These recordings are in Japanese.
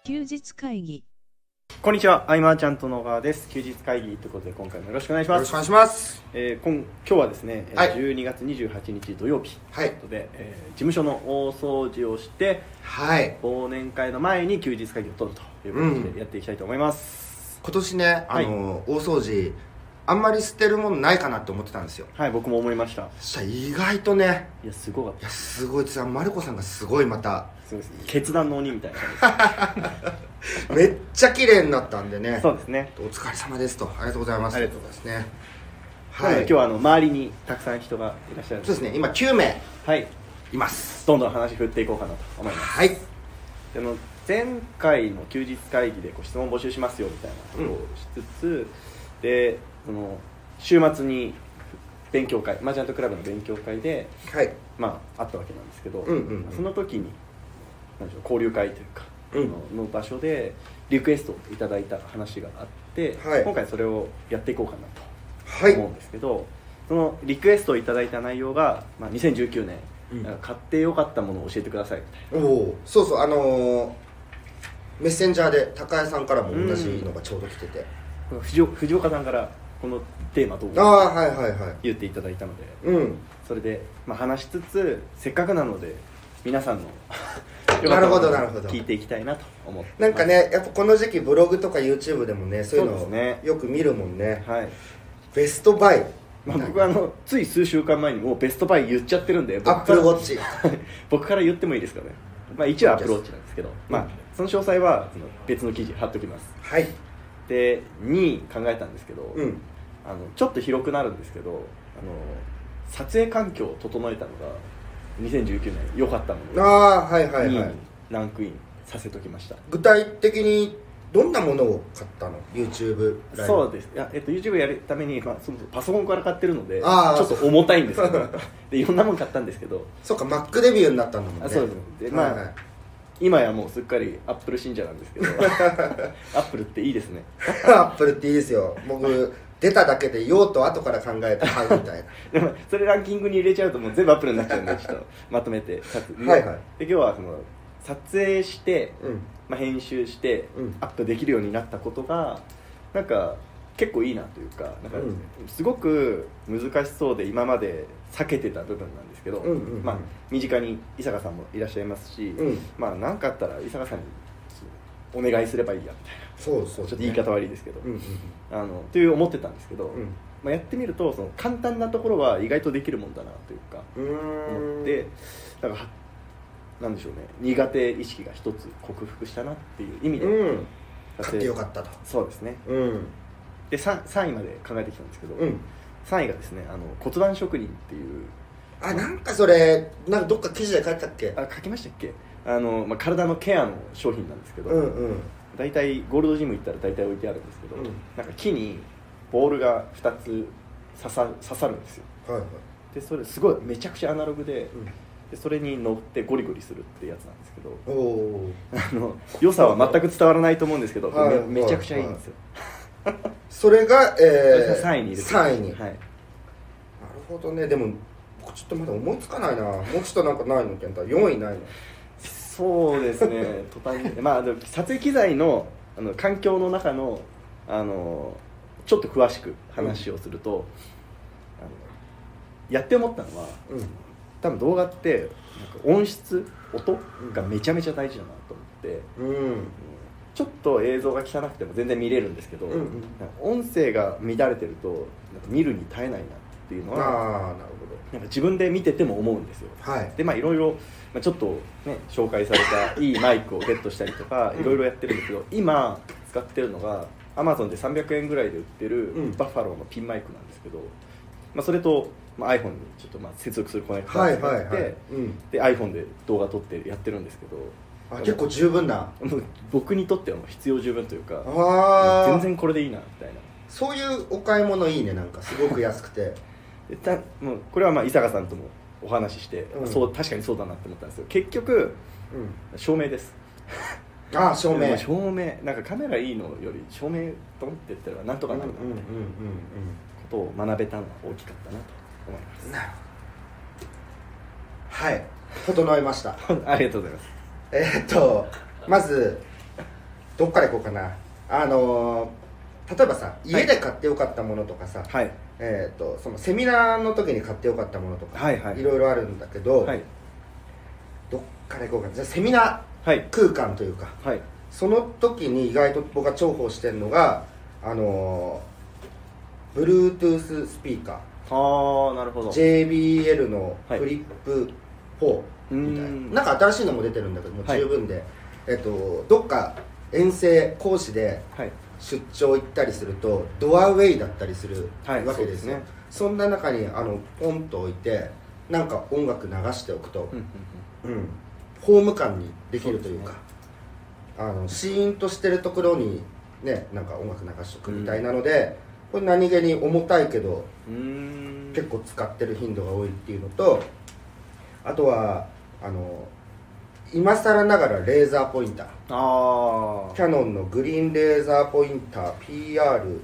休日会議。 こんにちは、アイマーちゃんと野川です。休日会議ということで今回もよろしくお願いします。 よろしくお願いします。 今日はですね、 はい、 12月28日土曜日ということで、事務所の大掃除をして、 はい、 忘年会の前に休日会議を取るということでやっていきたいと思います。 今年ね、大掃除あんまり捨てるものないかなって思ってたんですよ。 はい、僕も思いました。 そしたら意外とね、 いやすごかった。 いやすごいです。マルコさんがすごいまたそうです、ね、決断の鬼みたいなめっちゃ綺麗になったんでね。 そうですね。 お疲れ様ですと、ありがとうございます。 ありがとうございますね。 はい、今日は周りにたくさん人がいらっしゃるんそうですね、今9名はいいます。 どんどん話振っていこうかなと思います。 はい。 でも前回の休日会議で質問募集しますよみたいなことをしつつ、でその週末に勉強会、マーチャントクラブの勉強会で、 はい、 あったわけなんですけど、 その時に何でしょう、交流会というか、の場所でリクエストをいただいた話があって、 はい、 今回それをやっていこうかなと思うんですけど、そのリクエストをいただいた内容が、2019年、買ってよかったものを教えてくださいみたいな。 そうそう、メッセンジャーで高谷さんからも同じのがちょうど来てて、 藤岡さんからこのテーマと言っていただいたので、それで、話しつつせっかくなので皆さんのなるほど聞いていきたいなと思ってなんかね、やっぱこの時期ブログとか YouTube でもね、そういうのをよく見るもんね。 はい、 ベストバイ、 僕はつい数週間前にもうベストバイ言っちゃってるんで、 アップルウォッチ僕から言ってもいいですかね。1はアップルウォッチなんですけど、その詳細はその別の記事貼っときます。 はい。 で2考えたんですけど、ちょっと広くなるんですけど、撮影環境を整えたのが2019年良かったもの2位にランクインさせときました。 具体的にどんなものを買ったの？ YouTube ライブ。 そうです。YouTube やるために、そのパソコンから買ってるのでちょっと重たいんですけどでいろんなもの買ったんですけど、 そうか、Mac デビューになったんだもんね。 そうです。で今やもうすっかりアップル信者なんですけどアップルっていいですね。 アップルっていいですよ。僕出ただけで用と後から考えて買うみたいなでもそれランキングに入れちゃうともう全部アップルになっちゃうんでちょっとまとめてで今日はその撮影して、編集して、アップできるようになったことがなんか結構いいなというか、すごく難しそうで今まで避けてた部分なんですけど、身近に伊坂さんもいらっしゃいますし、何かあったら伊坂さんにお願いすればいいやみたいな、ちょっと言い方悪いですけど、という思ってたんですけど、やってみるとその簡単なところは意外とできるもんだなというか思って、だからなんでしょうね、苦手意識が一つ克服したなっていう意味で、 買ってよかったと。 そうですね。で 3位まで考えてきたんですけど、3位がですね、骨盤職人っていう、 なんかそれなんかどっか記事で書いたっけ？ 書きましたっけ？体のケアの商品なんですけど、大体ゴールドジム行ったら大体置いてあるんですけど、なんか木にボールが2つ刺さるんですよ。でそれすごいめちゃくちゃアナログで、それに乗ってゴリゴリするってやつなんですけど、良さは全く伝わらないと思うんですけど、めちゃくちゃいいんですよ。 それが、 3位に入れて 3位に、なるほどね。でも僕ちょっとまだ思いつかないな。もうちょっとなんかないの？ケンタ4位ないの？ そうですね途端に撮影機材の環境の中のちょっと詳しく話をすると、やって思ったのは、多分動画ってなんか音質、音がめちゃめちゃ大事だなと思って、ちょっと映像が汚くても全然見れるんですけど、音声が乱れてるとなんか見るに耐えないなっていうのはなんか自分で見てても思うんですよ。でいろいろちょっとね紹介されたいいマイクをゲットしたりとかいろいろやってるんですけど、今使ってるのが Amazon で300円ぐらいで売ってるバッファローのピンマイクなんですけど、それとiPhone にちょっと接続するコネクターがあって、で iPhone で動画撮ってやってるんですけど、 結構十分な、 僕にとっては必要十分というか、全然これでいいなみたいな。 そういうお買い物いいね。なんかすごく安くてもうこれは伊坂さんともお話しして、確かにそうだなって思ったんですよ。結局、照明です。照明なんかカメラいいのより照明ドンって言ったらなんとかなるなってことを学べたのが大きかったなと思います。 なるほど。整いましたありがとうございます。 まずどっから行こうかな。例えばさ、家で買ってよかったものとかさ、はい、そのセミナーの時に買ってよかったものとか、はいはい、いろいろあるんだけど、はい、どっから行こうかな。じゃあセミナー空間というか、はい、その時に意外と僕が重宝してるのがBluetooth スピーカー。 なるほど。 JBL のフリップ4みたいな、なんか新しいのも出てるんだけども十分で、はい、どっか遠征講師で出張行ったりするとドアウェイだったりするわけですよ、はい、そんな中にポンと置いてなんか音楽流しておくと、ホーム感にできるというか、シーンとしてるところにね、なんか音楽流しておくみたいなので、これ何気に重たいけど結構使ってる頻度が多いっていうのと、あとは今更ながらレーザーポインター、キャノンのグリーンレーザーポインター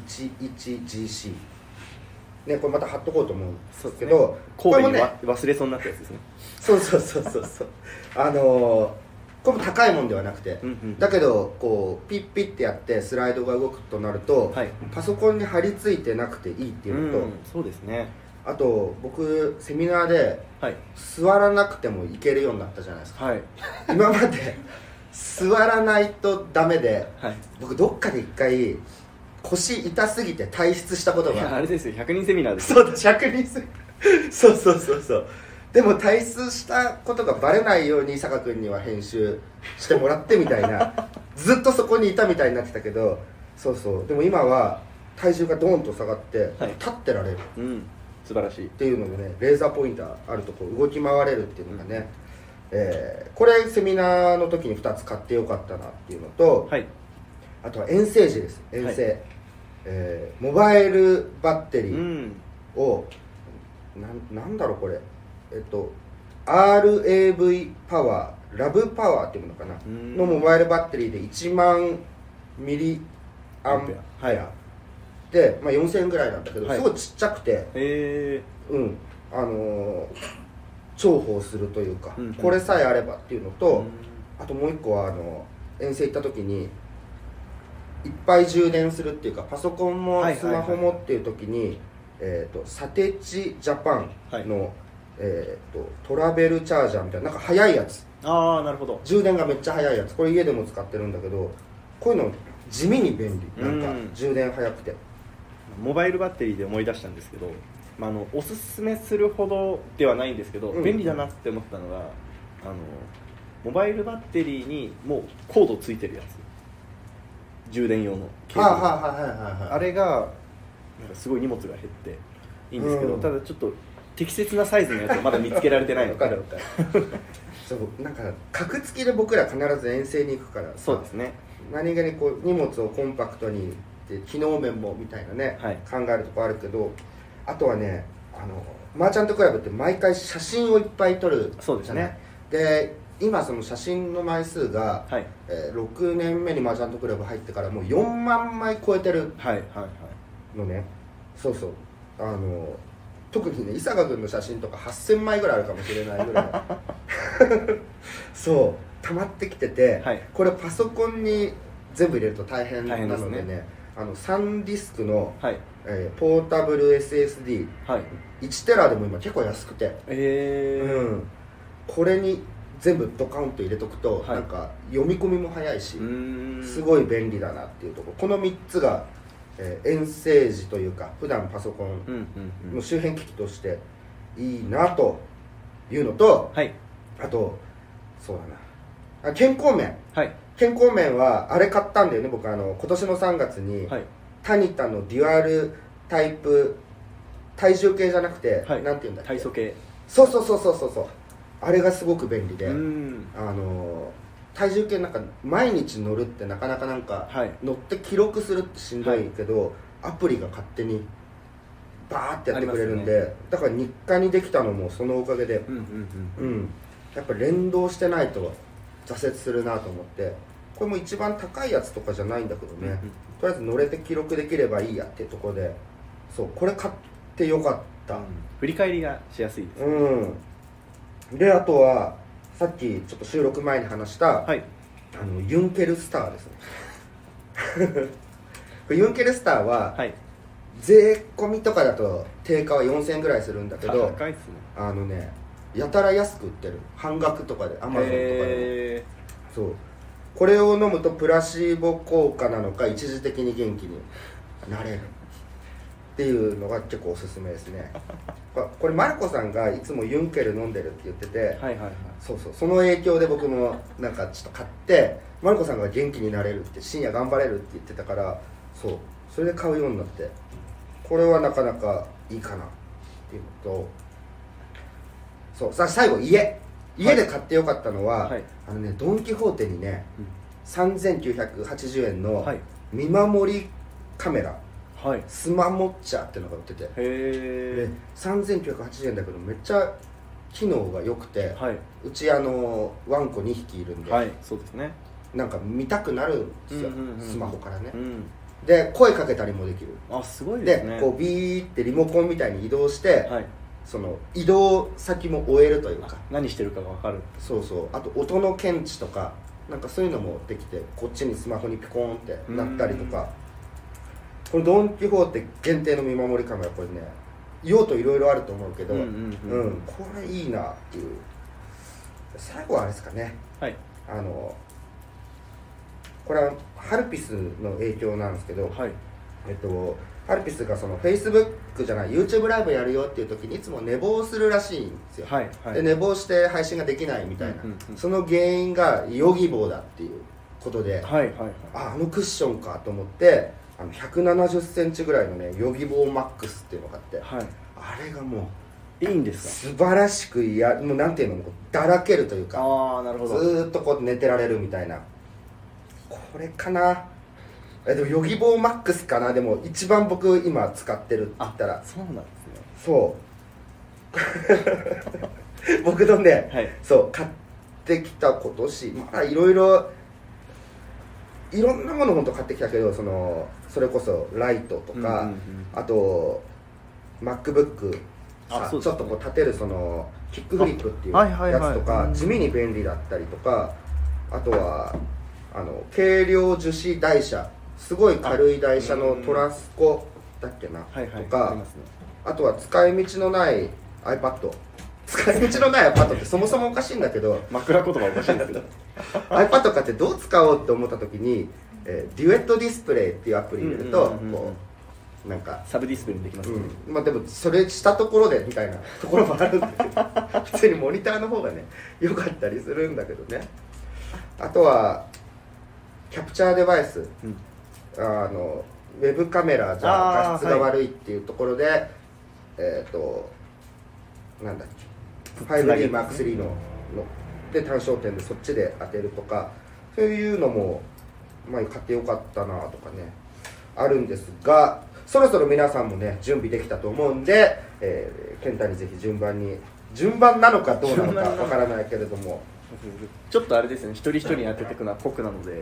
PR11GC、ね、これまた貼っとこうと思うんですけど、 神戸に忘れそうになったやつですね。 そうこれも高いもんではなくて、だけどこうピッピッてやってスライドが動くとなると、はい、パソコンに貼り付いてなくていいっていうのと、 そうですね。 あと僕セミナーで、はい、座らなくてもいけるようになったじゃないですか、はい、今まで座らないとダメで、はい、僕どっかで一回腰痛すぎて退出したことが、 あれですよ、100人セミナーです。 そうだ、100人セミナーそうでも退出したことがバレないように坂君には編集してもらってみたいなずっとそこにいたみたいになってたけど、でも今は体重がドーンと下がって、はい、立ってられる、 素晴らしいっていうのでね、レーザーポインターあるとこう動き回れるっていうのがね、これセミナーの時に2つ買ってよかったなっていうのと、はい、あとは遠征時です。遠征、はい、モバイルバッテリーを、なんだろうこれ、RAV パワー、ラブパワーっていうのかなのモバイルバッテリーで1万ミリアンペアで、4000円ぐらいなんだけど、はい、すごいちっちゃくて、重宝するというか、これさえあればっていうのと、あともう一個は遠征行った時にいっぱい充電するっていうか、パソコンもスマホもっていう時に、サテチジャパンの、トラベルチャージャーみたいな、なんか速いやつ、 なるほど、 充電がめっちゃ速いやつ、これ家でも使ってるんだけど、こういうの地味に便利、なんか充電速くて。 モバイルバッテリーで思い出したんですけど、おすすめするほどではないんですけど、便利だなって思ったのがモバイルバッテリーにもうコードついてるやつ、充電用のケーブル、あれがなんかすごい荷物が減っていいんですけど、ただちょっと適切なサイズのやつはまだ見つけられてないのでそうなんか格付きで僕ら必ず遠征に行くから、 そうですね、 何気にこう荷物をコンパクトにで機能面もみたいなね、はい、考えるとこあるけど、あとはね、マーチャントクラブって毎回写真をいっぱい撮るじゃない。 そうですね。 で今その写真の枚数が、はい、6年目にマーチャントクラブ入ってからもう4万枚超えてるのね、特にね、伊坂君の写真とか8000枚ぐらいあるかもしれないぐらいそう溜まってきてて、はい、これパソコンに全部入れると大変なのでね、サンディスクの、はい、ポータブル SSD、はい、1テラでも今結構安くて、これに全部ドカンと入れとくと、はい、なんか読み込みも早いし、すごい便利だなっていうところ。この3つが、遠征時というか普段パソコンの周辺機器としていいなというのと、はい、あとそうだな、健康面、はい、健康面はあれ買ったんだよね僕、今年の3月に、はい、タニタのデュアルタイプ、体重計じゃなくて、はい、なんていうんだっけ、 体組計、 そうあれがすごく便利で、体重計なんか毎日乗るってなかなかなんか、はい、乗って記録するってしんどいけど、はい、アプリが勝手にバーってやってくれるんで、だから日課にできたのもそのおかげで、やっぱ連動してないと挫折するなと思って、これも一番高いやつとかじゃないんだけどね、とりあえず乗れて記録できればいいやっていうところで、そうこれ買ってよかった、 振り返りがしやすいですね。 であとはさっきちょっと収録前に話した、はい、 ユンケルスターですねユンケルスターは、はい、税込みとかだと定価は4000円ぐらいするんだけど、 高いっすね。 やたら安く売ってる、半額とかで、アマゾンとかでも。そう、これを飲むとプラシーボ効果なのか一時的に元気になれるっていうのが結構おすすめですねこれマルコさんがいつもユンケル飲んでるって言ってて、はいはいはい、そうそう、その影響で僕もなんかちょっと買って、マルコさんが元気になれるって、深夜頑張れるって言ってたから、そう、それで買うようになって、これはなかなかいいかなっていうのと、そうさ、最後家で買ってよかったのは、はい、ドン・キホーテにね、3980円の見守りカメラ、はい、スマモッチャっていうのが売ってて、へ3980円だけどめっちゃ機能が良くて、はい、うちワンコ2匹いるんで、はい、そうですね、なんか見たくなるんですよ、スマホからね、で声かけたりもできる。 あ、すごいですね。 でこうビーってリモコンみたいに移動して、はい、その移動先も追えるというか、 何してるかが分かる。 そうそう、あと音の検知とかなんかそういうのもできて、こっちにスマホにピコーンってなったりとか、このドン・キホーテ限定の見守りカメラ、これね用途いろいろあると思うけど、これいいなっていう。最後はあれですかね、はい、これはハルピスの影響なんですけど、はい、ハルピスがその Facebook じゃない YouTube ライブやるよっていう時にいつも寝坊するらしいんですよ、はいはい、で寝坊して配信ができないみたいな、その原因がヨギボーだっていうことで、はいはいはい、あのクッションかと思って、170センチぐらいのねヨギボーマックスっていうのがあって、はい、あれがもういいんですか、素晴らしくもうなんていうの、だらけるというか、 あ、なるほど、 ずーっとこう寝てられるみたいな、これかな。でもヨギボーマックスかな。でも一番僕今使ってるって言ったら、 そうなんですね。そう僕のね、はい、そう買ってきた今年、まだいろんなもの本当買ってきたけど、それこそライトとか、あと MacBook さ、ね、ちょっとこう立てるそのキックフリップっていうやつとか、地味に便利だったりとか、あとは軽量樹脂台車、すごい軽い台車のトラスコだっけな、とか、あとは使い道のない iPad、 使い道のない iPad ってそもそもおかしいんだけど、 枕言葉おかしいんだけど iPad 買ってどう使おうって思った時に、デュエットディスプレイっていうアプリ入れると、こうなんかサブディスプレイにできますね、 まあ、でもそれしたところでみたいなところもあるんだけど普通にモニターの方がね良かったりするんだけどね。あとはキャプチャーデバイス、ウェブカメラじゃ画質が悪いっていうところで、なんだっけ、5D Mark III ので単焦点でそっちで当てるとか、そういうのも、まあ、買ってよかったなとかねあるんですが、そろそろ皆さんもね準備できたと思うんで、健太にぜひ順番なのかどうなのかわからないけれども、 ちょっとあれですね、一人一人に当てていくのは酷なので、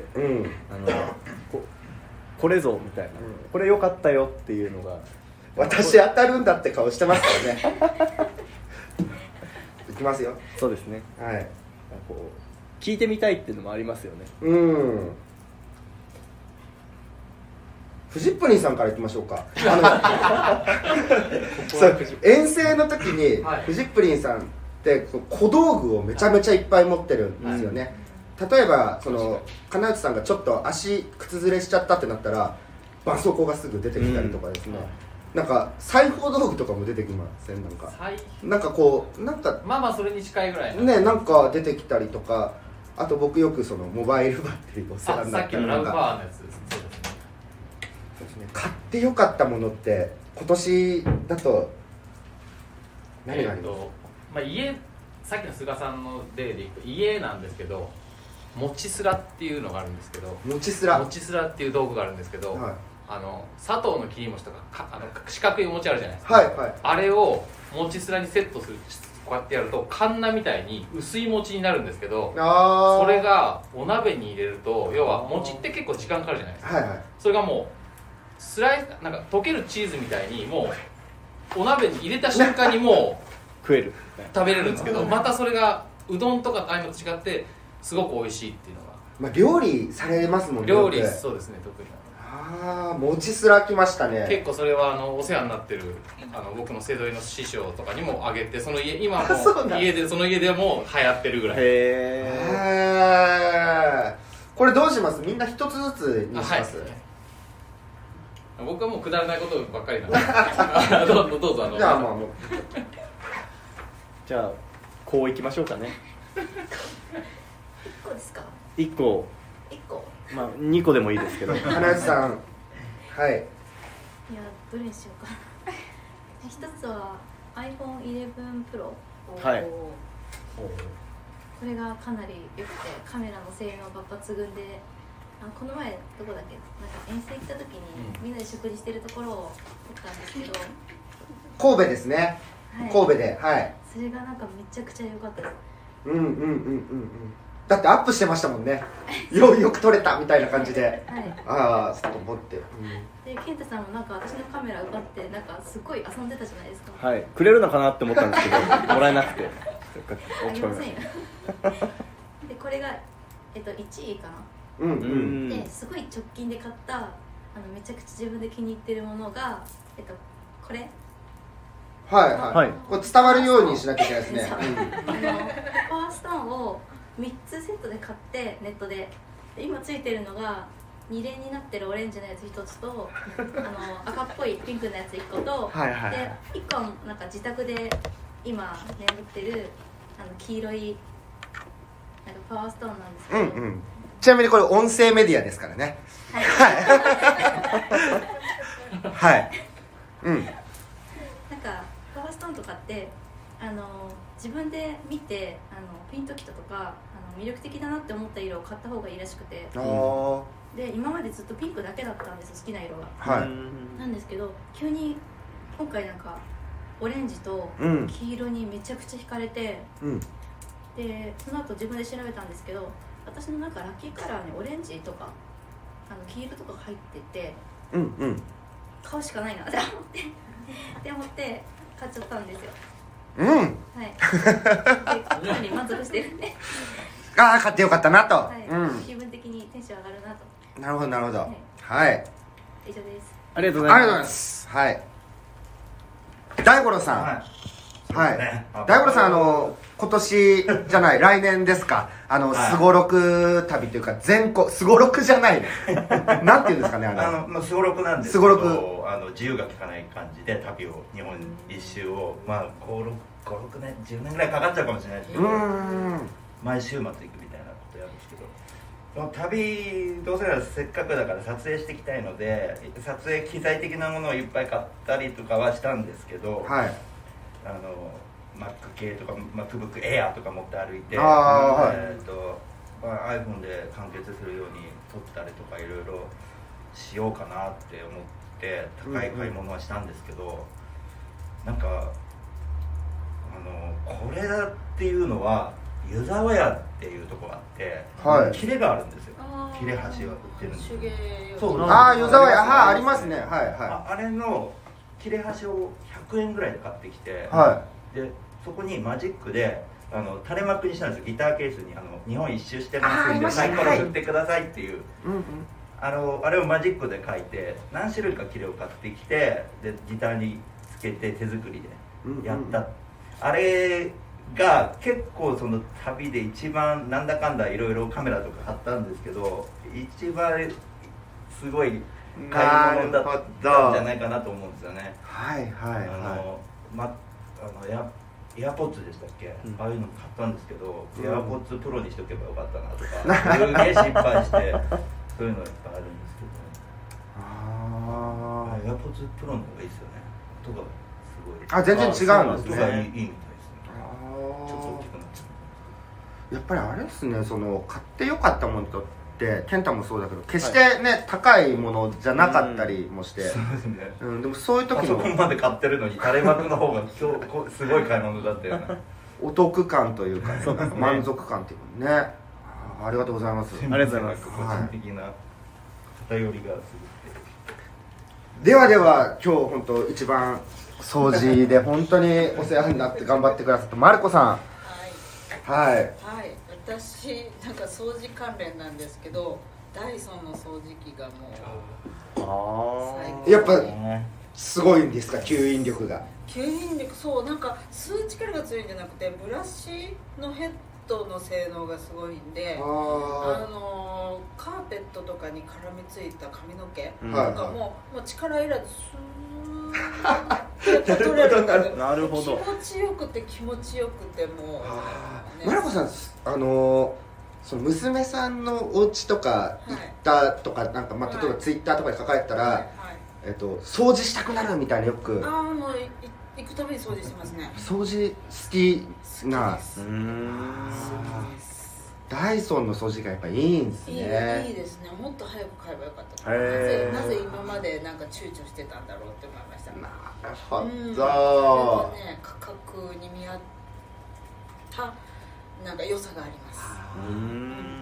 これぞみたいな、これ良かったよっていうのが、 私当たるんだって顔してますからねいきますよ。 そうですね、はい、こう聞いてみたいっていうのもありますよね。 フジップリンさんからいきましょうかそう遠征の時に、はい、フジップリンさんって小道具をめちゃめちゃいっぱい持ってるんですよね、例えば金内さんがちょっと靴ずれしちゃったってなったら絆創膏がすぐ出てきたりとかですね、なんか裁縫道具とかも出てきません？なんかこうなんかまあそれに近いぐらいね、なんか出てきたりとか、あと僕よくモバイルバッテリーを世話になったりとか、さっきのラブパワーのやつです。そうですね、買ってよかったものって今年だと何があります？ 家、さっきの菅さんの例でいくと家なんですけど、もちすらっていうのがあるんですけど、 もちすらっていう道具があるんですけど、はい、砂糖の切り餅とか四角いお餅あるじゃないですか、 はいはい、 あれをもちすらにセットする、こうやってやるとカンナみたいに薄い餅になるんですけど、それがお鍋に入れると、要は餅って結構時間かかるじゃないですか、はいはい、それがもうなんか溶けるチーズみたいにもうお鍋に入れた瞬間にもう食える、 食べれるんですけど、またそれがうどんとかああいうのと違ってすごく美味しいっていうのがまあ、料理されますもんね。 料理そうですね、特に。 ああ、もちすら来ましたね。 結構それはお世話になってる僕の生徒の師匠とかにもあげて、その家今も家でその家でも流行ってるぐらい。へえ。これどうします？みんな一つずつにします？はい、 僕はもうくだらないことばっかりなんでどうぞじゃあまあもうじゃあこういきましょうかね。 1個ですか ？1個。 1個。 まあ2個でもいいですけど。 花内さん。はい。いや、どれにしようか。一つは iPhone 11 Pro。 はい。 これがかなり良くて、カメラの性能が抜群で、この前どこだっけ、なんか遠征行った時にみんなで食事してるところを撮ったんですけど、 神戸ですね。はい、神戸で、はい。 それがなんかめちゃくちゃ良かったです。 だってアップしてましたもんね。よく撮れたみたいな感じで。はい。ああ、ちょっと思って。 で、健太さんもなんか私のカメラ奪ってなんかすごい遊んでたじゃないですか。 はい。くれるのかなって思ったんですけど、もらえなくて。 ありませんよ。で、これが1位かな。ですごい直近で買っためちゃくちゃ自分で気に入ってるものがこれ。 はい。これ伝わるようにしなきゃいけないですね。 パワーストーンを3つセットで買ってネットで今ついてるのが2連になってるオレンジのやつ1つと赤っぽいピンクのやつ1個とで1個はなんか自宅で今眠ってる黄色いなんかパワーストーンなんですけど、 ちなみにこれ音声メディアですからね。はい。なんかパワーストーンとかって自分で見てピンときたとか魅力的だなって思った色を買った方がいいらしくて、で今までずっとピンクだけだったんです、好きな色が。なんですけど急に今回なんかオレンジと黄色にめちゃくちゃ惹かれて、でその後自分で調べたんですけど、私のなんかラッキーカラーにオレンジとか黄色とか入ってて、買うしかないなって思って買っちゃったんですよ。はい。かなり満足してるんで。 買ってよかったなと。 気分的にテンション上がるなと。 なるほど。はい。 以上です。 ありがとうございます。 はい。大五郎さん。はい。大五郎さん今年じゃない来年ですか。すごろく旅というか全国すごろくじゃないね。なんていうんですかねすごろくなんですけど、自由が利かない感じで旅を日本一周をまあ5、6年10年ぐらいかかっちゃうかもしれないですけど、毎週末行くみたいなことやるんですけど、旅どうせならせっかくだから撮影していきたいので撮影機材的なものをいっぱい買ったりとかはしたんですけど、Mac 系とか MacBook Air とか持って歩いて、iPhone で完結するように撮ったりとかいろいろしようかなって思って高い買い物はしたんですけど、なんかこれだっていうのは湯沢屋っていうとこがあって、切れがあるんですよ。切れ端を売ってるんです。 湯沢屋ありますね。 あれの切れ端を100円ぐらいで買ってきて、でそこにマジックで垂れ幕にしたんですよ。ギターケースに日本一周してますんでサイコロ振ってくださいっていう、あれをマジックで書いて何種類か切れを買ってきて、でギターにつけて手作りでやった、あれが結構その旅で一番なんだかんだいろいろカメラとか買ったんですけど、一番すごい買い物だったんじゃないかなと思うんですよね。エアポッツでしたっけ、ああいうの買ったんですけど、エアポッツプロにしとけばよかったなとかすげえ失敗してそういうのいっぱいあるんですけど、エアポッツプロの方がいいですよね。音がすごい全然違うんですね。 音がいいみたいですね。ちょっと大きくなってやっぱりあれですね、買ってよかったものとって健太もそうだけど決してね、高いものじゃなかったりもして、 そうですね。 でもそういう時のパソコンまで買ってるのに垂れ幕の方がすごい買い物だったよね。 お得感というか、満足感っていうかね。ありがとうございます。 ありがとうございます。 個人的な偏りがすごくて。では今日本当一番掃除で本当にお世話になって頑張ってくださったマルコさん。 私なんか掃除関連なんですけど、ダイソンの掃除機がもう最高。 やっぱすごいんですか、吸引力が。 吸引力、そう、なんか吸う力が強いんじゃなくて、ブラシのヘッドの性能がすごいんで、カーペットとかに絡みついた髪の毛とかも、もう力いらずスーッと取れるんで、 なるほど。 気持ちよくて気持ちよくて、もうマラコさん、その娘さんのお家とか行ったとか、なんかまあ例えばツイッターとかに書かれたら、掃除したくなるみたいな、よく。 もう行くたびに掃除してますね。 掃除好きな。ダイソンの掃除がやっぱいいんですね。 いいですね。もっと早く買えばよかった。なぜ今までなんか躊躇してたんだろうって思いました。 なるほど。 ね、価格に見合ったなんか良さがあります。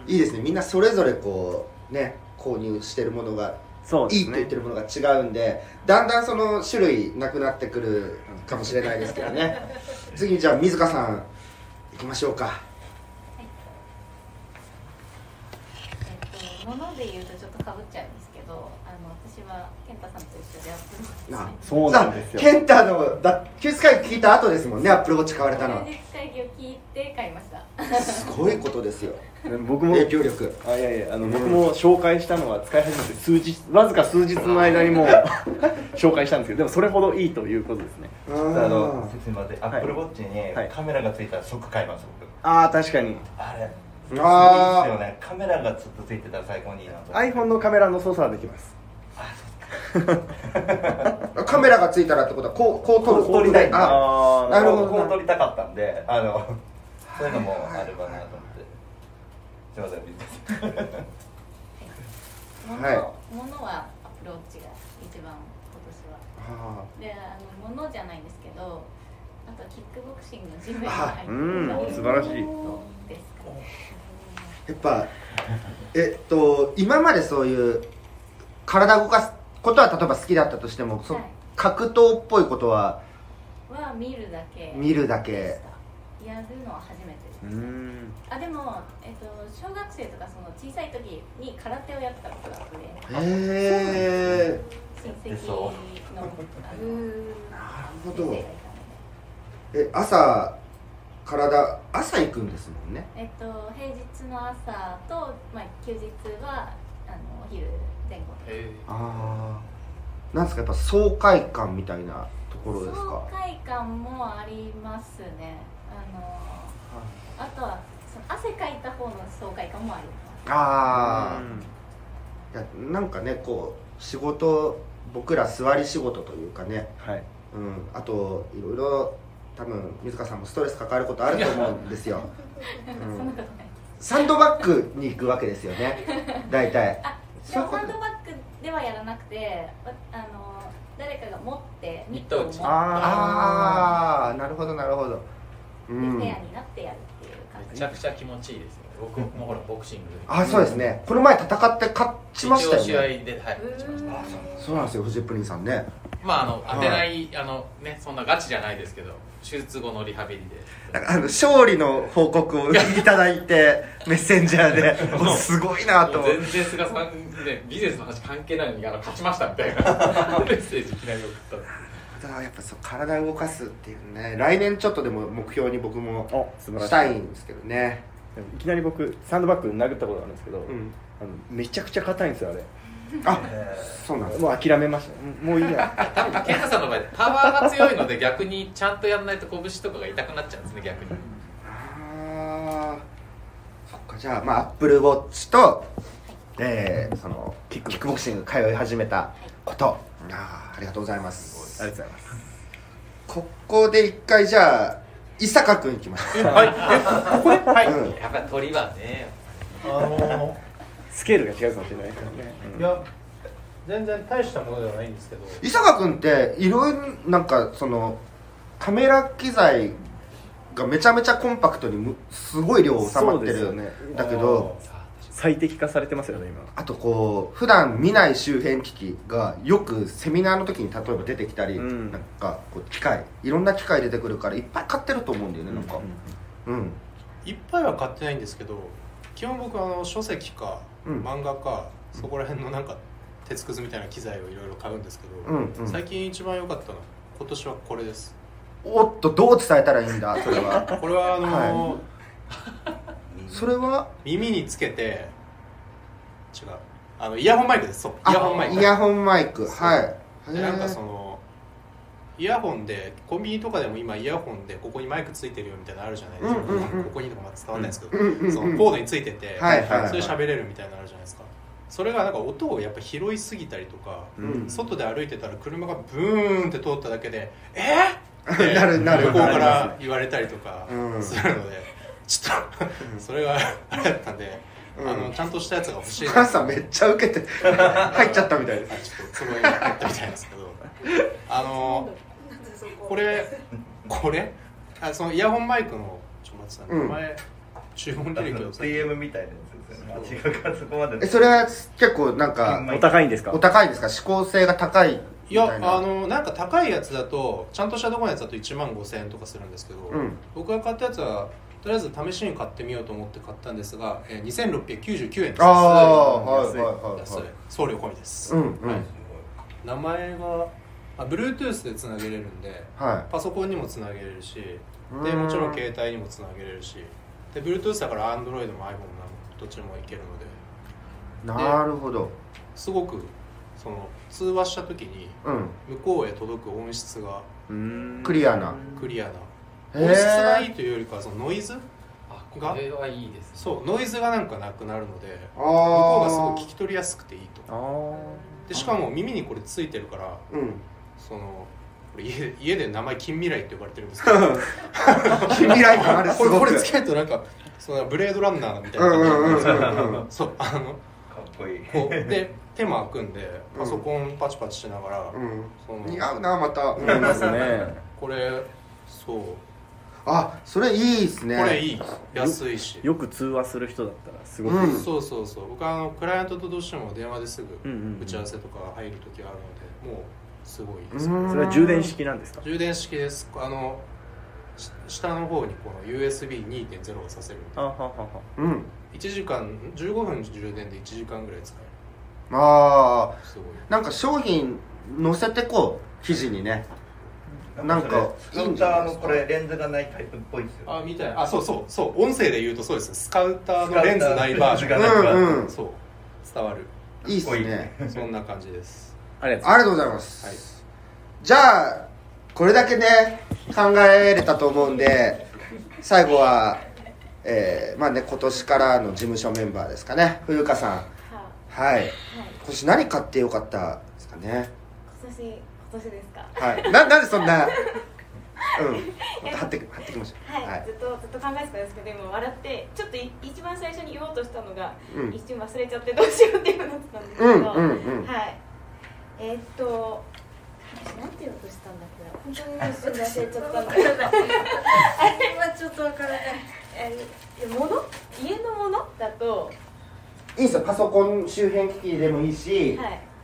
いいですね。みんなそれぞれこうね、購入してるものがいいと言ってるものが違うんで、だんだんその種類なくなってくるかもしれないですけどね。次じゃあ水香さん行きましょうか。 もので言うとちょっとかぶっちゃうんですけど、私は健太さんと一緒でアップルウォッチ。 そうなんですよ。 健太の休日会議聞いた後ですもんね、アップルウォッチ買われたのは。 休日会議を聞いて買いました。 すごいことですよ。 僕も影響力。 いや僕も紹介したのは使い始めてわずか数日の間にもう紹介したんですけど、でもそれほどいいということですね。 すみません、アップルウォッチにカメラがついたら即買います、僕。 確かに。 あれいいですよね。カメラがずっとついてたら最高にいいなと。 iPhone のカメラの操作はできます。 カメラがついたらってことはこう撮りたい。 なるほど。こう撮りたかったんで、そういうのもあればなと思って。すみません、 物はアップルウォッチが一番今年は。で、物じゃないんですけど、あとキックボクシングのジムに入ってる。 素晴らしい。 ですかね。 やっぱ今までそういう体を動かすことは例えば好きだったとしても、格闘っぽいことは見るだけやるのは初めてです。でも、小学生とかその小さい時に空手をやってたことがあって、親戚のなるほど。朝行くんですもんね。 平日の朝と、休日はお昼前後。 なんですか、やっぱ爽快感みたいなところですか。 爽快感もありますね。あとはその汗かいた方の爽快感もあります。 いや、なんかね、こう仕事、僕ら座り仕事というかね、あといろいろ多分水香さんもストレス抱えることあると思うんですよ。サンドバッグに行くわけですよね、大体。 でもサンドバッグではやらなくて、誰かが持ってミット打ち。 なるほどなるほど。 ペアになってやるっていう感じ。 めちゃくちゃ気持ちいいですよね。僕もほらボクシング。 そうですね。この前戦って勝ちましたよね。 試合で勝ちました。 そうなんですよ、フジップリンさんね。 当てないね、そんなガチじゃないですけど、手術後のリハビリで勝利の報告をいただいてメッセンジャーですごいなと。 全然菅さんね、ビジネスの話関係ないのに勝ちましたみたいなメッセージいきなり送った。 やっぱ体を動かすっていうね、来年ちょっとでも目標に僕もしたいんですけどね。 いきなり僕サンドバッグ殴ったことあるんですけど、めちゃくちゃ硬いんですよ、あれ。 そうなんです。 もう諦めました。もういいや。 多分健太さんの場合パワーが強いので、逆にちゃんとやらないと拳とかが痛くなっちゃうんですね、逆に。 そっか。じゃあアップルウォッチとそのキックボクシング通い始めたこと、ありがとうございます。 ありがとうございます。 ここで一回じゃあ伊坂君いきましょう。 ここで、やっぱり鳥はね、 スケールが違うかもしれないですからね。 いや、全然大したものではないんですけど、 伊坂君っていろいろなんかそのカメラ機材がめちゃめちゃコンパクトにすごい量収まってるんだけど、 最適化されてますよね、今。 あとこう普段見ない周辺機器がよくセミナーの時に例えば出てきたり、なんかこう機械、いろんな機械出てくるからいっぱい買ってると思うんだよね、なんか。 いっぱいは買ってないんですけど、基本僕書籍か漫画か、そこら辺のなんか鉄くずみたいな機材をいろいろ買うんですけど、最近一番良かったのは今年はこれです。 おっと、どう伝えたらいいんだそれは。 これははい、それは耳につけて、違う、イヤホンマイクです。そう、イヤホンマイク。 イヤホンマイク、はい。 なんかイヤホンでコンビニとかでも今イヤホンでここにマイクついてるよみたいなのあるじゃないですか、ここにとか伝わんないですけど、そのコードについてて、それで喋れるみたいなのあるじゃないですか。それがなんか音をやっぱ拾いすぎたりとか、外で歩いてたら車がブーンって通っただけでって向こうから言われたりとかするので、ちょっとそれがあれだったんで、ちゃんとしたやつが欲しいな。 母さんめっちゃ受けて入っちゃったみたいです。 ちょっとつぼに入ったみたいですけど、これそのイヤホンマイクの松さんの前、注文履歴を DM みたいなやつですよね。違うからそこまで。 それは結構なんかお高いんですか？ お高いんですか？指向性が高い。 いや、なんか高いやつだと、ちゃんとしたところのやつだと1万5000円とかするんですけど、僕が買ったやつはとりあえず試しに買ってみようと思って買ったんですが、2699円です。安い。送料込みです。名前がBluetooth でつなげれるんで、パソコンにもつなげれるし、でもちろん携帯にもつなげれるし、で Bluetooth だから Android も iPhone もどっちもいけるので。 なるほど。 すごく通話した時に向こうへ届く音質がクリアな音質がいいというよりかはそのノイズが、 これはいいですね。 そうノイズがなんかなくなるので、向こうがすごい聞き取りやすくていいと。でしかも耳にこれついてるから、これ家で名前近未来って呼ばれてるんですけど近未来感ある。 これつけるとなんかブレードランナーみたいな感じで、そうかっこいい。 で手も開くんでパソコンパチパチしながら、 似合うなまた。 似合いますね。 これそう。 それいいですね。 これいい、安いし、 よく通話する人だったらすごく、 そう僕はクライアントとどうしても電話ですぐ打ち合わせとか入る時があるので、もうすごいです。 それは充電式なんですか？ 充電式です。下の方にこの USB2.0 をさせる。1時間15分充電で1時間ぐらい使える。すごい。なんか商品載せてこう記事にね。なんかスカウターのこれレンズがないタイプっぽいですよ。 みたいな。そう音声で言うとそうです。スカウターのレンズないバージョン。そう伝わる。 いいっすね。 そんな感じです。 ありがとうございます。じゃあこれだけね考えれたと思うんで、最後は今年からの事務所メンバーですかね。冬香さん。はい。今年何買ってよかったですかね。 今年ですか。 はい。なんでそんな貼ってきましょう。はい。ずっと考えてたんですけど、今笑ってちょっと一番最初に言おうとしたのが、一瞬忘れちゃってどうしようっていうのだったんですけど、はい。なんて言おうとしたんだっけ。本当に一瞬で忘れちゃったんだけど。今ちょっとわからない。家のものだといいですよ。パソコン周辺機器でもいいし、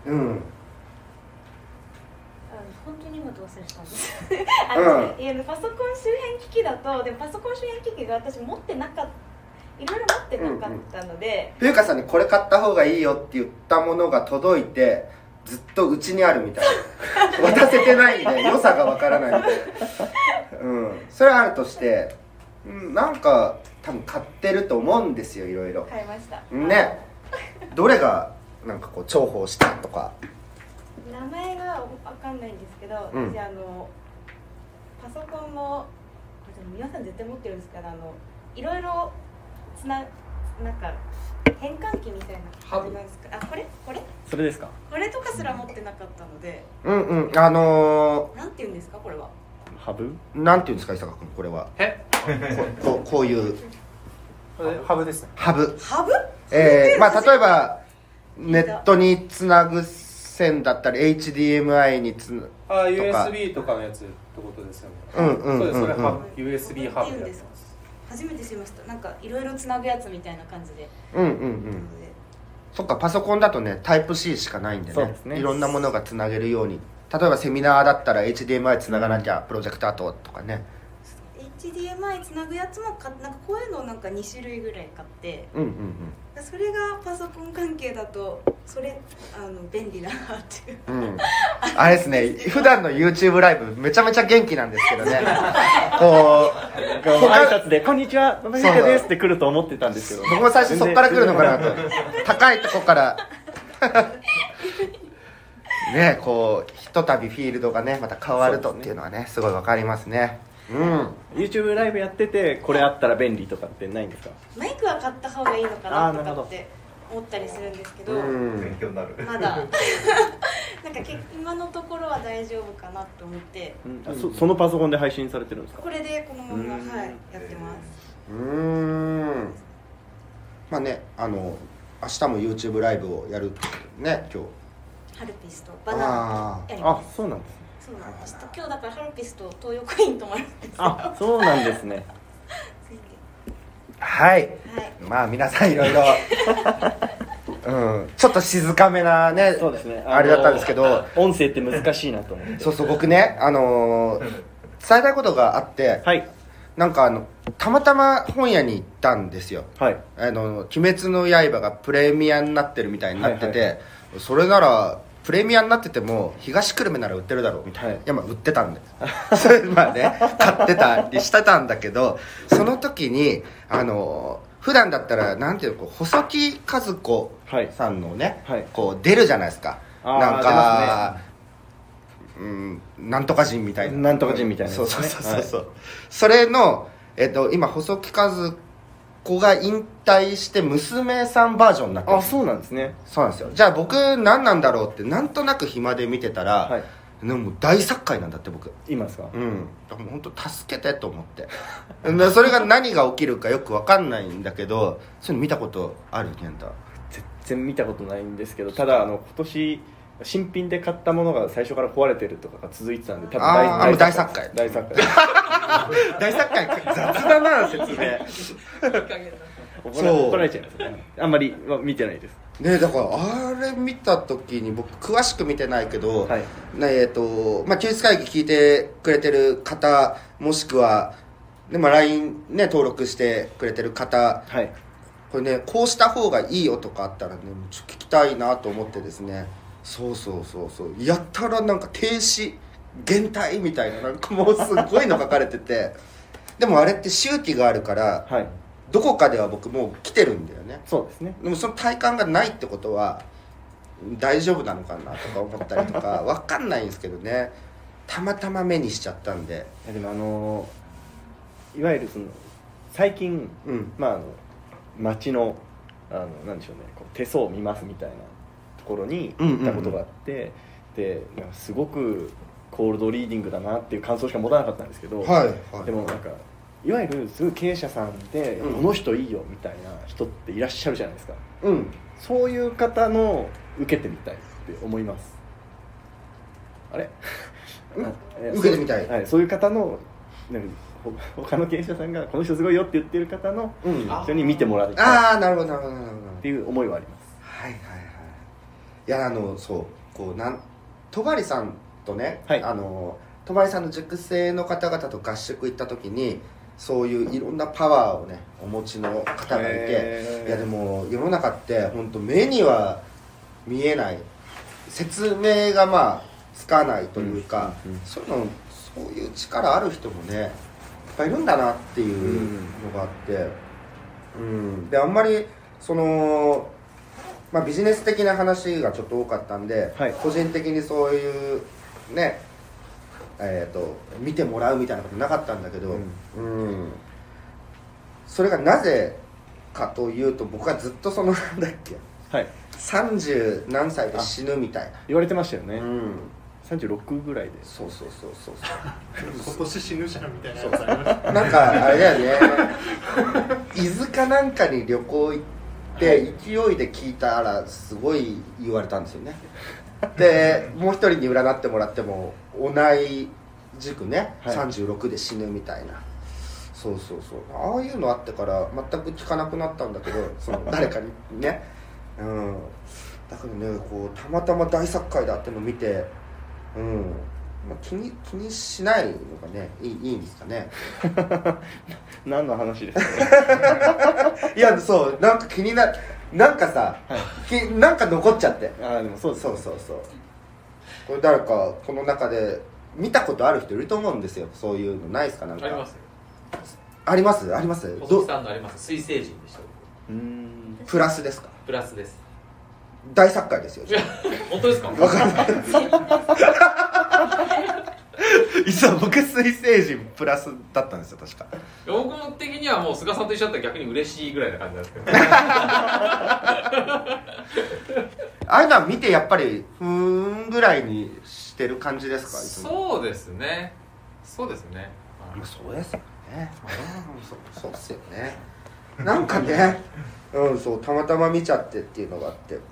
本当に今どう忘れしたんですパソコン周辺機器だと、でもパソコン周辺機器が私いろいろ持ってなかったので、 冬香さんにこれ買った方がいいよって言ったものが届いてずっとうちにあるみたいな渡せてないんで良さがわからないんで、それはあるとして、なんか多分買ってると思うんですよ。いろいろ買いましたね。どれがなんかこう重宝したとか。 名前が分かんないんですけど、私パソコンも皆さん絶対持ってるんですけど、いろいろなんか変換器みたいな感じなんですか。これそれですか。 これとかすら持ってなかったので、 なんていうんですかこれは。 ハブ？ なんていうんですか伊坂君、これは。こういうハブですね。 ハブ。 例えばネットにつなぐ線だったり HDMI に USB とかのやつってことですよね。そうです。それUSB ハブでやってます。 初めて知りました。なんかいろいろつなぐやつみたいな感じで。 そっか、パソコンだとねタイプ C しかないんでね、いろんなものがつなげるように。例えばセミナーだったら HDMI つながなきゃプロジェクターとかね。 HDMI つなぐやつもなんかこういうのをなんか2種類ぐらい買って、それがパソコン関係だとそれ便利だなっていう、 あれですね、普段の YouTube ライブめちゃめちゃ元気なんですけどねこう挨拶で「こんにちは馬場優香です」って来ると思ってたんですけど、 僕も最初そっから来るのかなと高いとこからね、こうひとたびフィールドがねまた変わるとっていうのはねすごいわかりますね。 YouTube ライブやっててこれあったら便利とかってないんですか？ マイクは買った方がいいのかなとかって思ったりするんですけど、 勉強になるまだなんか今のところは大丈夫かなと思って、 そのパソコンで配信されてるんですか？ これでこのまま、はい、やってます。 まあね、明日も YouTube ライブをやるね、今日ハルピスとバナナやります。 あ、そうなんですね。 そうなんです。今日だからハルピスと東横イン泊まるんですよ。 あ、そうなんですね。 はい、まあ皆さんいろいろちょっと静かめなね、 そうですね、 あれだったんですけど、 音声って難しいなと思って。 そう僕ね、伝えたいことがあって、なんかたまたま本屋に行ったんですよ。鬼滅の刃がプレミアになってるみたいになってて、それならプレミアになってても東久留米なら売ってるだろうみたいな、いやまあ売ってたんでまあね買ってたりしてたんだけど、その時に普段だったらなんていうの、細木数子さんのね、こう出るじゃないですか、なんか、なんとか人みたいな、 なんとか人みたいな、 そう、それの今細木数子が引退して娘さんバージョンになってる。 あ、そうなんですね。 そうなんですよ。じゃあ僕何なんだろうってなんとなく暇で見てたら、でも大作界なんだって僕。 今ですか？ だから本当助けてと思ってそれが何が起きるかよく分かんないんだけど、そういうの見たことある？ケンタ。 全然見たことないんですけど、ただ今年新品で買ったものが最初から壊れてるとかが続いてたんで、多分大作界大作界雑だな説明怒られちゃいますね。あんまり見てないですね。だからあれ見た時に僕詳しく見てないけど、休日会議聞いてくれてる方、もしくは、LINE ね登録してくれてる方、これねこうした方がいいよとかあったらねちょっと聞きたいなと思ってですね。そうやったらなんか停止減退みたいな、なんかもうすごいの書かれててでもあれって周期があるから、どこかでは僕もう来てるんだよね。 そうですね。 でもその体感がないってことは大丈夫なのかなとか思ったりとか分かんないんですけどね、たまたま目にしちゃったんで。 でもいわゆるその最近、街のなんでしょうね、こう手相を見ますみたいなところに行ったことがあって、ですごくコールドリーディングだなっていう感想しか持たなかったんですけど、でもなんかいわゆるすごい経営者さんで、この人いいよみたいな人っていらっしゃるじゃないですか。そういう方の受けてみたいって思います。あれ受けてみたい、 そういう方の他の経営者さんがこの人すごいよって言ってる方の人に見てもらいたい、 なるほどっていう思いはあります。 いやそうこう戸張さんとね、戸張さんの塾生の方々と合宿行った時にそういういろんなパワーをねお持ちの方がいて、いやでも世の中って本当目には見えない、説明がつかないというか、そういう力ある人もねいっぱいいるんだなっていうのがあって、であんまりそのビジネス的な話がちょっと多かったんで、個人的にそういうね見てもらうみたいなことなかったんだけど、それがなぜかというと、僕はずっとそのなんだっけ、30何歳で死ぬみたいな言われてましたよね。36ぐらいで。 そう今年死ぬじゃんみたいなやつありました。 なんかあれだよね伊豆かなんかに旅行行って勢いで聞いたらすごい言われたんですよね。でもう一人に占ってもらっても同い塾ね、36で死ぬみたいな、ああいうのあってから全く聞かなくなったんだけど、その誰かにね、だけどねこうたまたま大作界だってのを見て、 気にしないのがねいいんですかね何の話ですかいやそうなんか気になんかさ、はい、なんか残っちゃって。 でもそうこれ誰かこの中で見たことある人いると思うんですよ。そういうのないですか？なんかありますあります細木さんのあります。水星人でした。 プラスですか？ プラスです。 大作家ですよ。 本当ですか？ 分かんない実は僕水星人プラスだったんですよ確か。 僕的にはもう菅さんと一緒だったら逆に嬉しいぐらいな感じなんですけどああいうのは見てやっぱりぐらいにしてる感じですか？ そうですねそうですよね。 そうですよねそうですよねなんかねそうたまたま見ちゃってっていうのがあって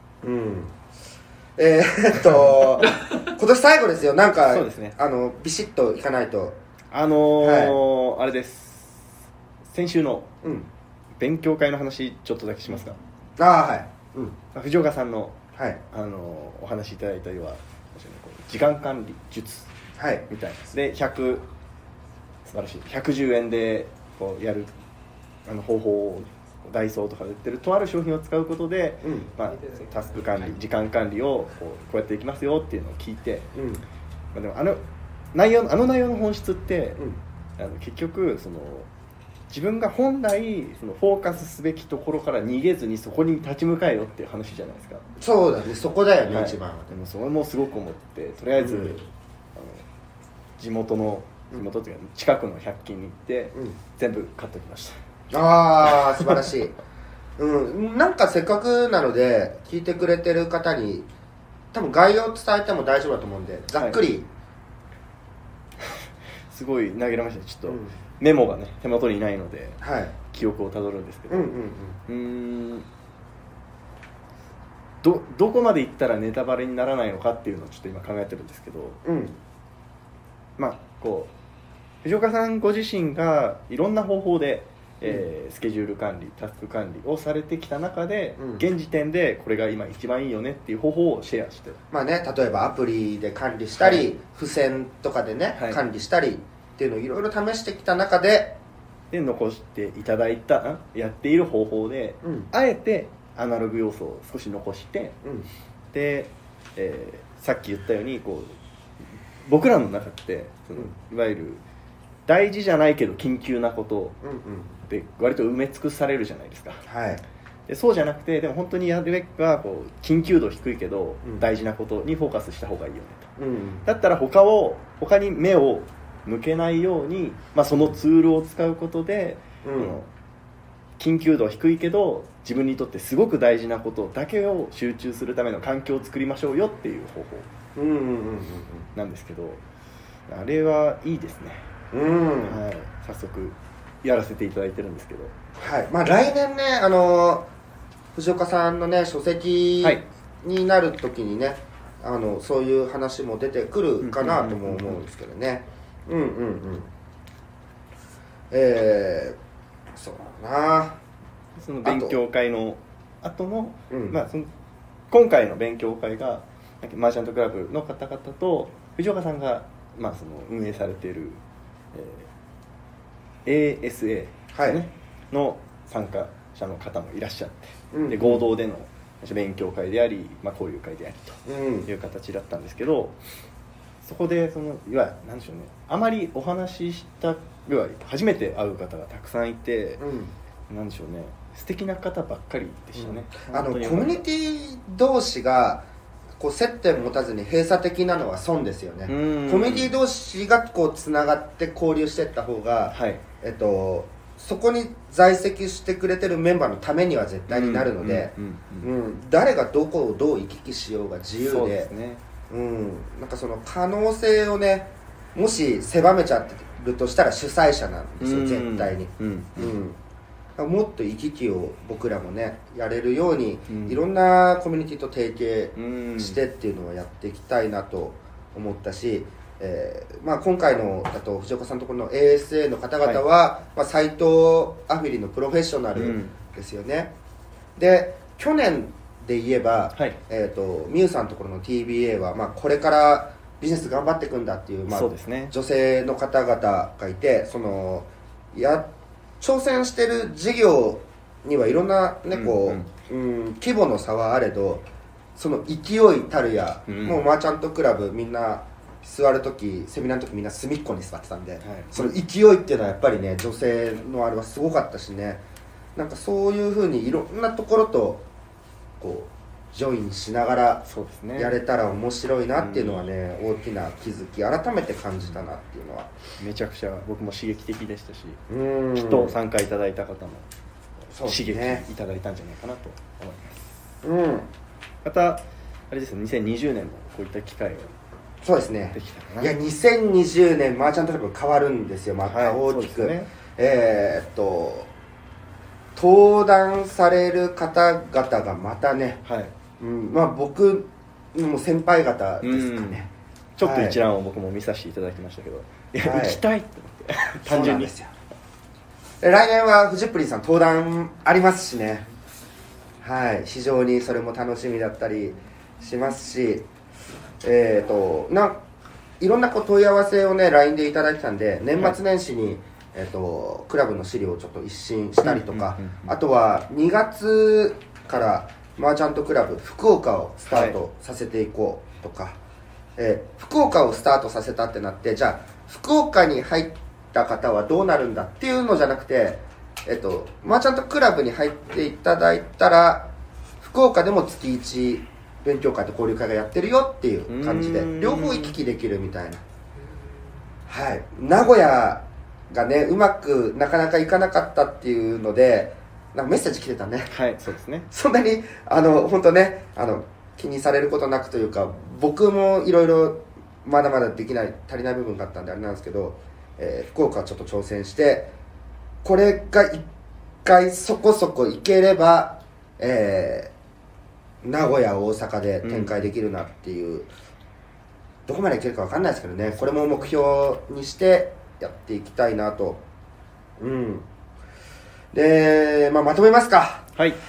今年最後ですよ。なんかそうですねビシッといかないとはい、あれです先週の勉強会の話ちょっとだけしますか？ はい、 藤岡さんの、 はい、 お話しいただいたような時間管理術みたいな、で素晴らしい110円でこうやる方法をダイソーとかで売ってるとある商品を使うことで、タスク管理時間管理をこうやっていきますよっていうのを聞いて、でも内容の本質って、結局その自分が本来そのフォーカスすべきところから逃げずにそこに立ち向かえよっていう話じゃないですか。 そうだねそこだよね、一番は。 でもそれもすごく思ってとりあえず、地元っていうか近くの100均に行って、全部買っておきました。 素晴らしいなんかせっかくなので聞いてくれてる方に多分概要を伝えても大丈夫だと思うんでざっくり、 すごい投げられました。ちょっと、メモがね手元にないので、記憶をたどるんですけど、どこまでいったらネタバレにならないのかっていうのをちょっと今考えてるんですけど、こう藤岡さんご自身がいろんな方法で、スケジュール管理タスク管理をされてきた中で、現時点でこれが今一番いいよねっていう方法をシェアして、 例えばアプリで管理したり、付箋とかでね、管理したりっていうのをいろいろ試してきた中で残していただいたやっている方法で、あえてアナログ要素を少し残して、で、さっき言ったようにこう僕らの中っていわゆる大事じゃないけど緊急なことで割と埋め尽くされるじゃないですか、でそうじゃなくてでも本当にやるべきはこう緊急度低いけど大事なことにフォーカスした方がいいよねと、だったら他に目を向けないように、そのツールを使うことで、緊急度は低いけど自分にとってすごく大事なことだけを集中するための環境を作りましょうよっていう方法なんですけど、あれはいいですね。早速やらせていただいてるんですけど、 来年ね藤岡さんのね書籍になる時にね、そういう話も出てくるかなとも思うんですけどね。そうだな。 その勉強会の後の、その今回の勉強会がマーチャントクラブの方々と藤岡さんが、その運営されている、ASA、の参加者の方もいらっしゃって、で合同での勉強会であり、交流会でありという形だったんですけど、そこでいわゆる何でしょうね、あまりお話ししたいわゆる初めて会う方がたくさんいて、何でしょうね、素敵な方ばっかりでしたね。 コミュニティ同士がこう接点持たずに閉鎖的なのは損ですよね。コミュニティ同士がこうつながって交流していった方が、そこに在籍してくれてるメンバーのためには絶対になるので、誰がどこをどう行き来しようが自由で、なんかその可能性をね、もし狭めちゃってるとしたら主催者なんですよ、絶対に。もっと行き来を僕らもねやれるように、いろんなコミュニティと提携してっていうのをやっていきたいなと思ったし、今回のだと藤岡さんのところの ASA の方々は、サイトアフィリのプロフェッショナルですよね。で去年で言えば、ミュウさんのところの TBA は、これからビジネス頑張っていくんだっていう、そうですね、女性の方々がいて、挑戦してる事業にはいろんなね、規模の差はあれど、その勢いたるや、もうマーチャントクラブみんな座るとき、セミナーのときみんな隅っこに座ってたんで、その勢いっていうのはやっぱりね、女性のあれはすごかったしね、なんかそういうふうにいろんなところとこうジョインしながらやれたら面白いなっていうのはね、大きな気づき、改めて感じたなっていうのはめちゃくちゃ僕も刺激的でしたし、きっと参加いただいた方も刺激いただいたんじゃないかなと思います。またあれですね、2020年もこういった機会をそうですね。いや、2020年マーチャントクラブ変わるんですよ、また大きく。登壇される方々がまたね、僕も先輩方ですかね。 ちょっと一覧を僕も見させていただきましたけど、いや、行きたいって思って単純にですよ。 来年はフジップリンさん登壇ありますしね、非常にそれも楽しみだったりしますし、いろんな問い合わせをね LINE でいただいてたんで、年末年始に、クラブの資料をちょっと一新したりとか、あとは2月からマーチャントクラブ福岡をスタートさせていこうとか、福岡をスタートさせたってなって、じゃあ福岡に入った方はどうなるんだっていうのじゃなくて、マーチャントクラブに入っていただいたら福岡でも月1勉強会と交流会がやってるよっていう感じで両方行き来できるみたいな。名古屋がねうまくなかなかいかなかったっていうので、なんかメッセージ来てたね。 そうですね。 そんなに本当ね気にされることなくというか、僕もいろいろまだまだできない足りない部分があったんであれなんですけど、福岡はちょっと挑戦して、これが一回そこそこ行ければ、名古屋大阪で展開できるなっていう、どこまでいけるか分かんないですけどね、これも目標にしてやっていきたいなと。で、まとめますか。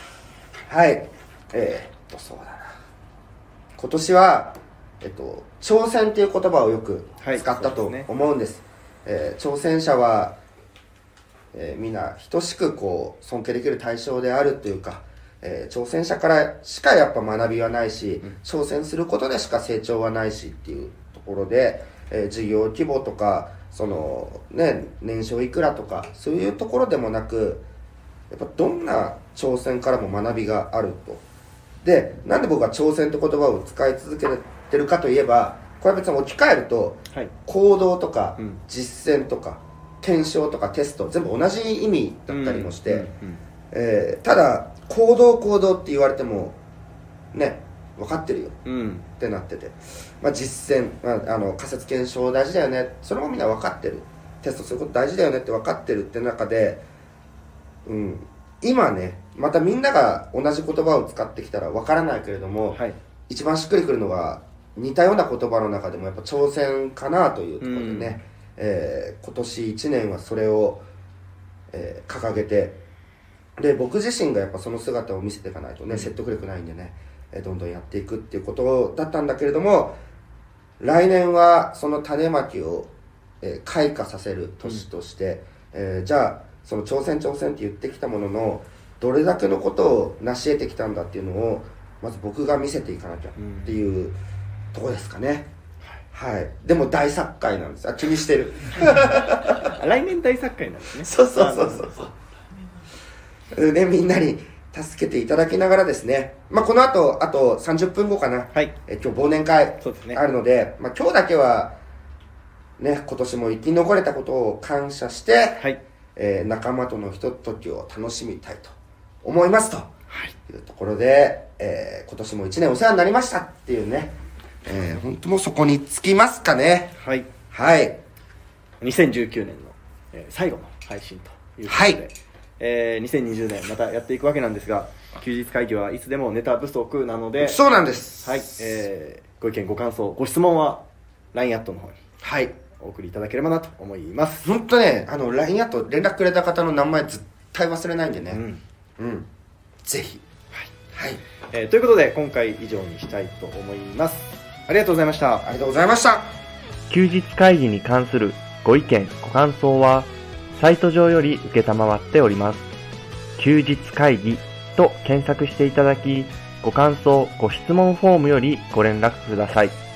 そうだな、今年は、挑戦っていう言葉をよく使ったと思うんです。挑戦者は、みんな等しくこう尊敬できる対象であるというか、挑戦者からしかやっぱ学びはないし、挑戦することでしか成長はないしっていうところで、事業規模とか年商いくらとかそういうところでもなく、やっぱどんな挑戦からも学びがあると。で、なんで僕は挑戦って言葉を使い続けてるかといえば、これは別に置き換えると、行動とか実践とか検証とかテスト全部同じ意味だったりもして、ただ行動って言われてもね分かってるよってなってて、実践、仮説検証大事だよね、それもみんな分かってる、テストすること大事だよねって分かってるって中で、今ねまたみんなが同じ言葉を使ってきたら分からないけれども、一番しっくりくるのが似たような言葉の中でもやっぱ挑戦かなというところでね、今年1年はそれを、掲げて、で僕自身がやっぱその姿を見せていかないとね、説得力ないんでね、どんどんやっていくっていうことだったんだけれども、来年はその種まきを、開花させる年として、じゃあその挑戦って言ってきたもののどれだけのことを成し得てきたんだっていうのをまず僕が見せていかなきゃっていうところですかね。でも大作会なんです。気にしてる来年大作会なんですね。 そうね、みんなに助けていただきながらですね、この後あと30分後かな、今日忘年会あるので、今日だけはね今年も生き残れたことを感謝して、仲間とのひとときを楽しみたいと思いますというところで、今年も1年お世話になりましたっていうね、本当もうそこにつきますかね。 2019年の、最後の配信ということで、2020年またやっていくわけなんですが、休日会議はいつでもネタ不足なので、 そうなんです。 ご意見ご感想ご質問は LINE アットの方にお送りいただければなと思います。 本当ね、LINE アット連絡くれた方の名前絶対忘れないんでね、ぜひ。 ということで今回以上にしたいと思います。 ありがとうございました。 ありがとうございました。 休日会議に関するご意見ご感想はサイト上より受けたまわっております。休日会議と検索していただき、ご感想ご質問フォームよりご連絡ください。